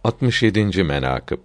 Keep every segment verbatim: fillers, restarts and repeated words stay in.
altmış yedinci menakıb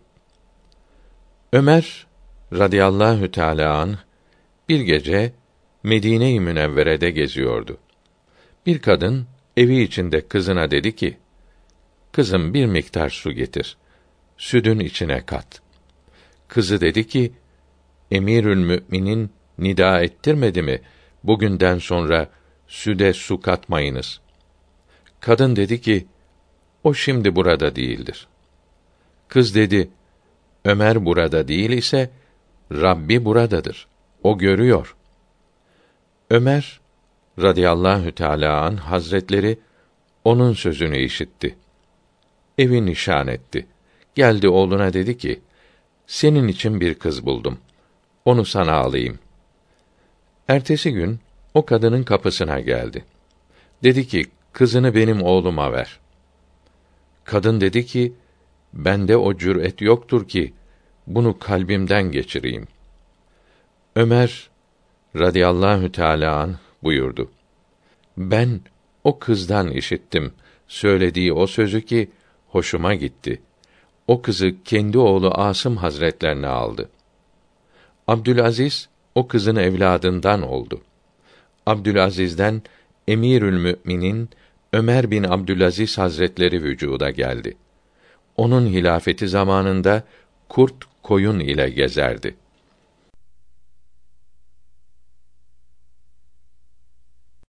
Ömer radıyallahu teâlâ anh bir gece Medine-i Münevvere'de geziyordu. Bir kadın evi içinde kızına dedi ki: "Kızım, bir miktar su getir. Sütün içine kat." Kızı dedi ki: "Emirül Müminin nida ettirmedi mi? Bugünden sonra süde su katmayınız." Kadın dedi ki: "O şimdi burada değildir." Kız dedi: "Ömer burada değil ise Rabbi buradadır. O görüyor." Ömer radıyallahu teâlâ anh hazretleri onun sözünü işitti. Evi nişan etti. Geldi oğluna dedi ki: "Senin için bir kız buldum. Onu sana alayım." Ertesi gün o kadının kapısına geldi. Dedi ki: "Kızını benim oğluma ver." Kadın dedi ki: "Bende o cüret yoktur ki bunu kalbimden geçireyim." Ömer radıyallahu teâlâ anh buyurdu: "Ben o kızdan işittim söylediği o sözü ki hoşuma gitti. O kızı kendi oğlu Asım Hazretlerine aldı. Abdülaziz o kızın evladından oldu. Abdülaziz'den Emirül Müminin Ömer bin Abdülaziz Hazretleri vücuda geldi. Onun hilafeti zamanında kurt koyun ile gezerdi.